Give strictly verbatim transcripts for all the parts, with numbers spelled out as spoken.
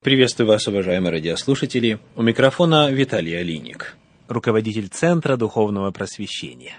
Приветствую вас, уважаемые радиослушатели. У микрофона Виталий Алиник, руководитель Центра Духовного Просвещения.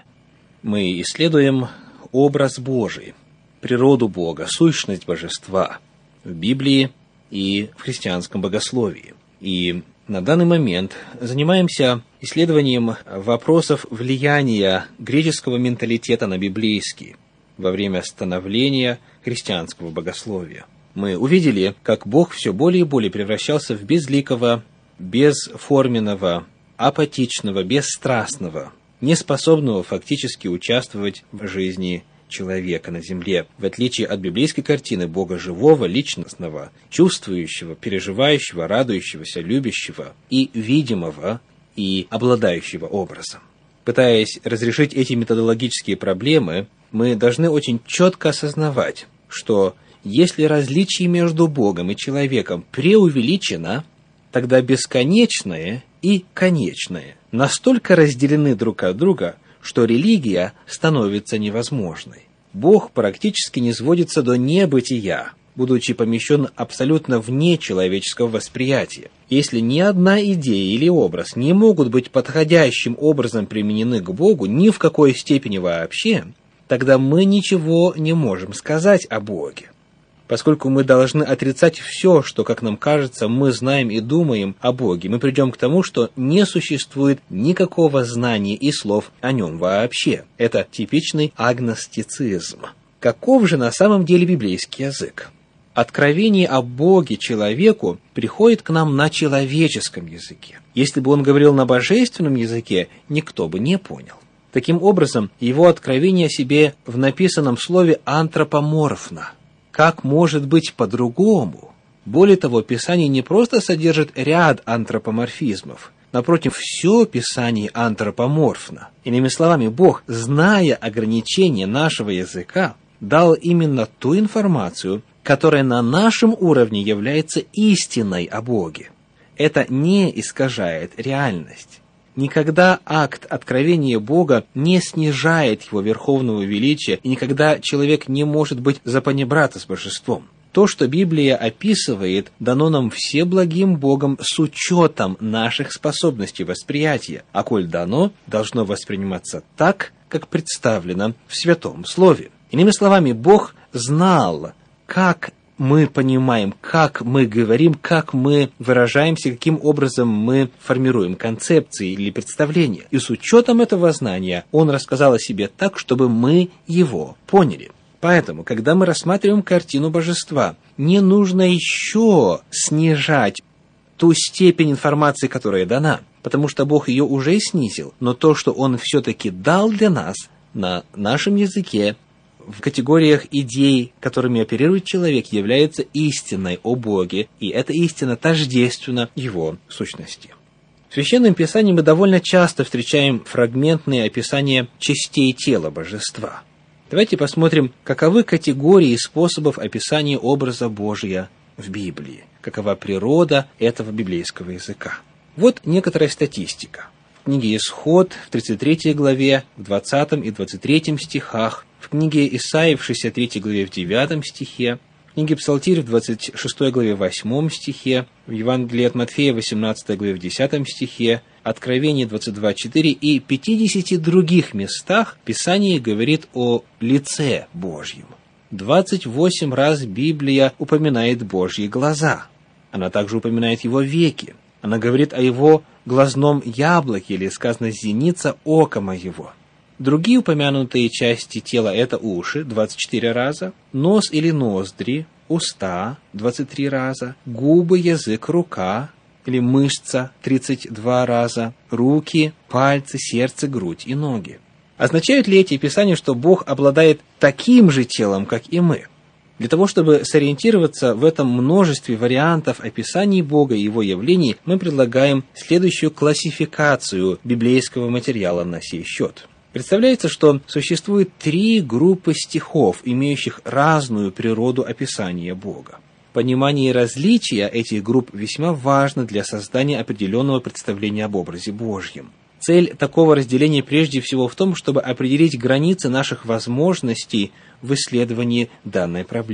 Мы исследуем образ Божий, природу Бога, сущность Божества в Библии и в христианском богословии. И на данный момент занимаемся исследованием вопросов влияния греческого менталитета на библейский во время становления христианского богословия. Мы увидели, как Бог все более и более превращался в безликого, бесформенного, апатичного, бесстрастного, неспособного фактически участвовать в жизни человека на земле, в отличие от библейской картины Бога живого, личностного, чувствующего, переживающего, радующегося, любящего и видимого, и обладающего образом. Пытаясь разрешить эти методологические проблемы, мы должны очень четко осознавать, что если различие между Богом и человеком преувеличено, тогда бесконечное и конечное настолько разделены друг от друга, что религия становится невозможной. Бог практически низводится до небытия, будучи помещен абсолютно вне человеческого восприятия. Если ни одна идея или образ не могут быть подходящим образом применены к Богу ни в какой степени вообще, тогда мы ничего не можем сказать о Боге. Поскольку мы должны отрицать все, что, как нам кажется, мы знаем и думаем о Боге, мы придем к тому, что не существует никакого знания и слов о Нем вообще. Это типичный агностицизм. Каков же на самом деле библейский язык? Откровение о Боге человеку приходит к нам на человеческом языке. Если бы он говорил на божественном языке, никто бы не понял. Таким образом, его откровение о себе в написанном слове антропоморфно. Как может быть по-другому? Более того, Писание не просто содержит ряд антропоморфизмов. Напротив, все Писание антропоморфно. Иными словами, Бог, зная ограничения нашего языка, дал именно ту информацию, которая на нашем уровне является истиной о Боге. Это не искажает реальность. Никогда акт откровения Бога не снижает его верховного величия, и никогда человек не может быть запанибрата с божеством. То, что Библия описывает, дано нам всеблагим Богом с учетом наших способностей восприятия, а коль дано, должно восприниматься так, как представлено в Святом Слове. Иными словами, Бог знал, как мы понимаем, как мы говорим, как мы выражаемся, каким образом мы формируем концепции или представления. И с учетом этого знания Он рассказал о себе так, чтобы мы Его поняли. Поэтому, когда мы рассматриваем картину божества, не нужно еще снижать ту степень информации, которая дана, потому что Бог ее уже снизил, но то, что Он все-таки дал для нас на нашем языке, в категориях идей, которыми оперирует человек, является истиной о Боге, и эта истина тождественна Его сущности. В Священном Писании мы довольно часто встречаем фрагментные описания частей тела Божества. Давайте посмотрим, каковы категории способов описания образа Божия в Библии, какова природа этого библейского языка. Вот некоторая статистика. В книге Исход, в тридцать третьей главе, в двадцатом и двадцать третьем стихах, в книге Исаии в шестьдесят третьей главе в девятом стихе, в книге Псалтирь в двадцать шестой главе в восьмом стихе, в Евангелии от Матфея в восемнадцатой главе в десятом стихе, Откровении двадцать два четыре и пятидесяти других местах Писание говорит о лице Божьем. двадцать восемь раз Библия упоминает Божьи глаза. Она также упоминает Его веки. Она говорит о Его глазном яблоке, или сказано «зеница ока моего». Другие упомянутые части тела – это уши, двадцать четыре раза, нос или ноздри, уста, двадцать три раза, губы, язык, рука или мышца, тридцать два раза, руки, пальцы, сердце, грудь и ноги. Означают ли эти писания, что Бог обладает таким же телом, как и мы? Для того, чтобы сориентироваться в этом множестве вариантов описаний Бога и Его явлений, мы предлагаем следующую классификацию библейского материала на сей счет. Представляется, что существует три группы стихов, имеющих разную природу описания Бога. Понимание различия этих групп весьма важно для создания определенного представления об образе Божьем. Цель такого разделения прежде всего в том, чтобы определить границы наших возможностей в исследовании данной проблемы.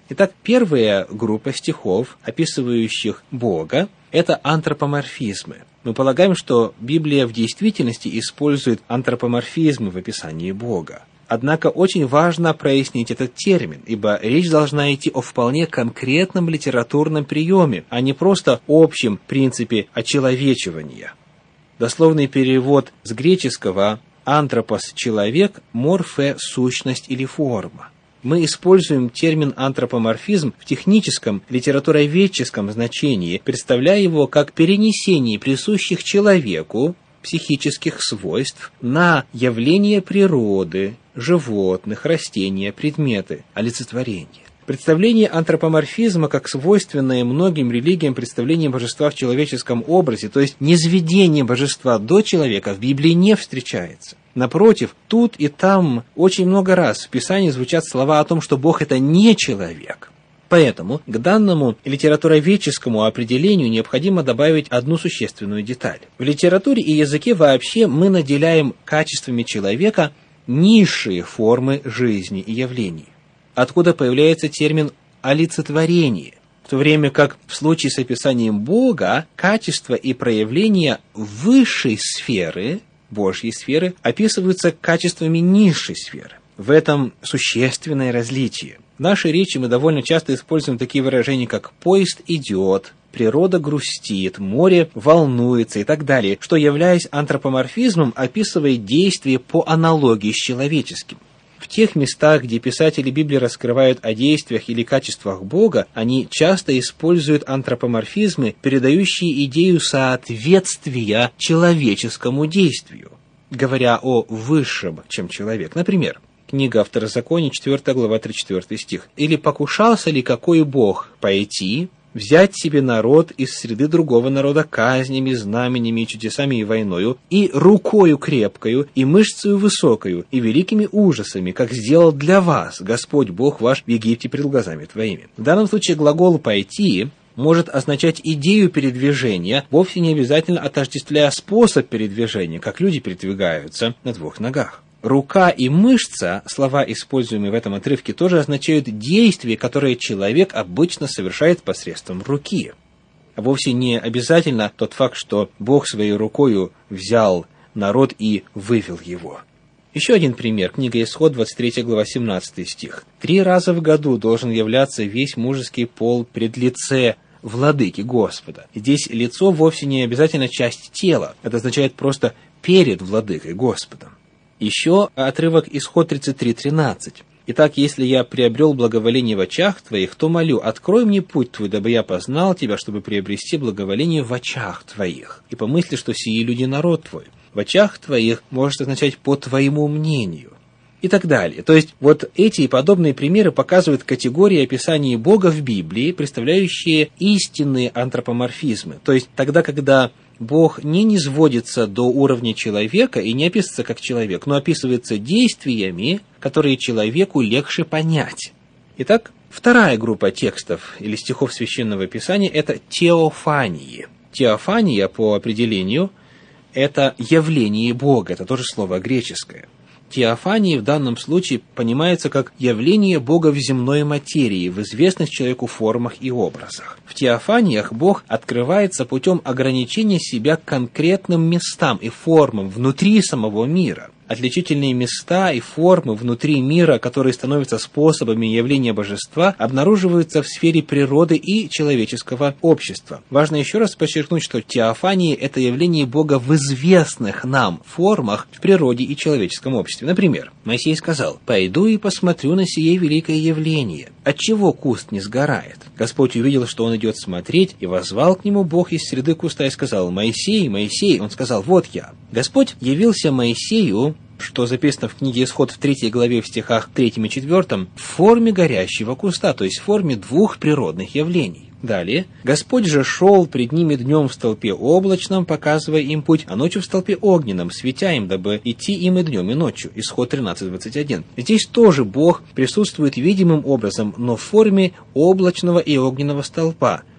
Итак, первая группа стихов, описывающих Бога, это антропоморфизмы. Мы полагаем, что Библия в действительности использует антропоморфизмы в описании Бога. Однако очень важно прояснить этот термин, ибо речь должна идти о вполне конкретном литературном приеме, а не просто общем принципе очеловечивания. Дословный перевод с греческого «антропос» – человек, «морфе» – сущность или форма. Мы используем термин антропоморфизм в техническом, литературоведческом значении, представляя его как перенесение присущих человеку психических свойств на явления природы, животных, растения, предметы, олицетворения. Представление антропоморфизма как свойственное многим религиям представление божества в человеческом образе, то есть низведение божества до человека, в Библии не встречается. Напротив, тут и там очень много раз в Писании звучат слова о том, что Бог – это не человек. Поэтому к данному литературоведческому определению необходимо добавить одну существенную деталь. В литературе и языке вообще мы наделяем качествами человека низшие формы жизни и явлений, откуда появляется термин «олицетворение», в то время как в случае с описанием Бога качества и проявления высшей сферы, Божьей сферы, описываются качествами низшей сферы. В этом существенное различие. В нашей речи мы довольно часто используем такие выражения, как «поезд идет», «природа грустит», «море волнуется» и так далее, что, являясь антропоморфизмом, описывает действие по аналогии с человеческим. В тех местах, где писатели Библии раскрывают о действиях или качествах Бога, они часто используют антропоморфизмы, передающие идею соответствия человеческому действию, говоря о высшем, чем человек. Например, книга Второзакония, четвёртая глава, тридцать четвёртый стих. «Или покушался ли какой Бог пойти, взять себе народ из среды другого народа казнями, знаменями, чудесами и войною, и рукою крепкою, и мышцею высокою, и великими ужасами, как сделал для вас Господь Бог ваш в Египте пред глазами твоими». В данном случае глагол «пойти» может означать идею передвижения, вовсе не обязательно отождествляя способ передвижения, как люди передвигаются на двух ногах. Рука и мышца, слова, используемые в этом отрывке, тоже означают действие, которое человек обычно совершает посредством руки. А вовсе не обязательно тот факт, что Бог своей рукою взял народ и вывел его. Еще один пример. Книга Исход, двадцать третья глава, семнадцатый стих. «Три раза в году должен являться весь мужеский пол пред лице владыки Господа». Здесь лицо вовсе не обязательно часть тела. Это означает просто перед владыкой Господом. Еще отрывок Исход тридцать три тринадцать. «Итак, если я приобрел благоволение в очах твоих, то молю, открой мне путь твой, дабы я познал тебя, чтобы приобрести благоволение в очах твоих. И помысли, что сии люди народ твой. В очах твоих может означать по твоему мнению». И так далее. То есть, вот эти и подобные примеры показывают категории описания Бога в Библии, представляющие истинные антропоморфизмы. То есть, тогда, когда Бог не низводится до уровня человека и не описывается как человек, но описывается действиями, которые человеку легче понять. Итак, вторая группа текстов или стихов Священного Писания – это теофании. Теофания, по определению, это явление Бога, это тоже слово греческое. Теофания в данном случае понимается как явление Бога в земной материи, в известных человеку формах и образах. В теофаниях Бог открывается путем ограничения себя конкретным местам и формам внутри самого мира. Отличительные места и формы внутри мира, которые становятся способами явления божества, обнаруживаются в сфере природы и человеческого общества. Важно еще раз подчеркнуть, что теофания – это явление Бога в известных нам формах в природе и человеческом обществе. Например, Моисей сказал: «Пойду и посмотрю на сие великое явление. Отчего куст не сгорает?» Господь увидел, что он идет смотреть, и воззвал к нему Бог из среды куста и сказал: «Моисей, Моисей!» Он сказал: «Вот я». Господь явился Моисею, что записано в книге Исход в третьей главе в стихах третьем и четвёртом, в форме горящего куста, то есть в форме двух природных явлений. Далее, Господь же шел пред ними днем в столпе облачном, показывая им путь, а ночью в столпе огненном, светя им, дабы идти им и днем, и ночью. Исход тринадцать двадцать один. Здесь тоже Бог присутствует видимым образом, но в форме облачного и огненного столпа,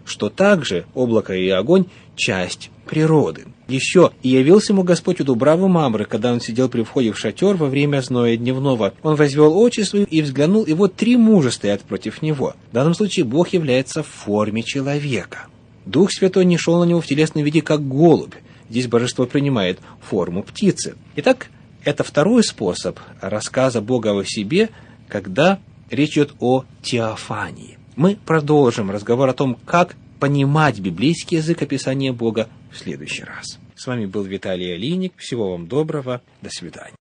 что также облако и огонь – часть природы. Еще и явился ему Господь у дубравы Мамры, когда он сидел при входе в шатер во время зноя дневного. Он возвел очи свои и взглянул, и вот три мужа стоят против него. В данном случае Бог является в форме человека. Дух Святой не шел на него в телесном виде, как голубь. Здесь божество принимает форму птицы. Итак, это второй способ рассказа Бога о себе, когда речь идет о теофании. Мы продолжим разговор о том, как понимать библейский язык описания Бога в следующий раз. С вами был Виталий Алиник. Всего вам доброго. До свидания.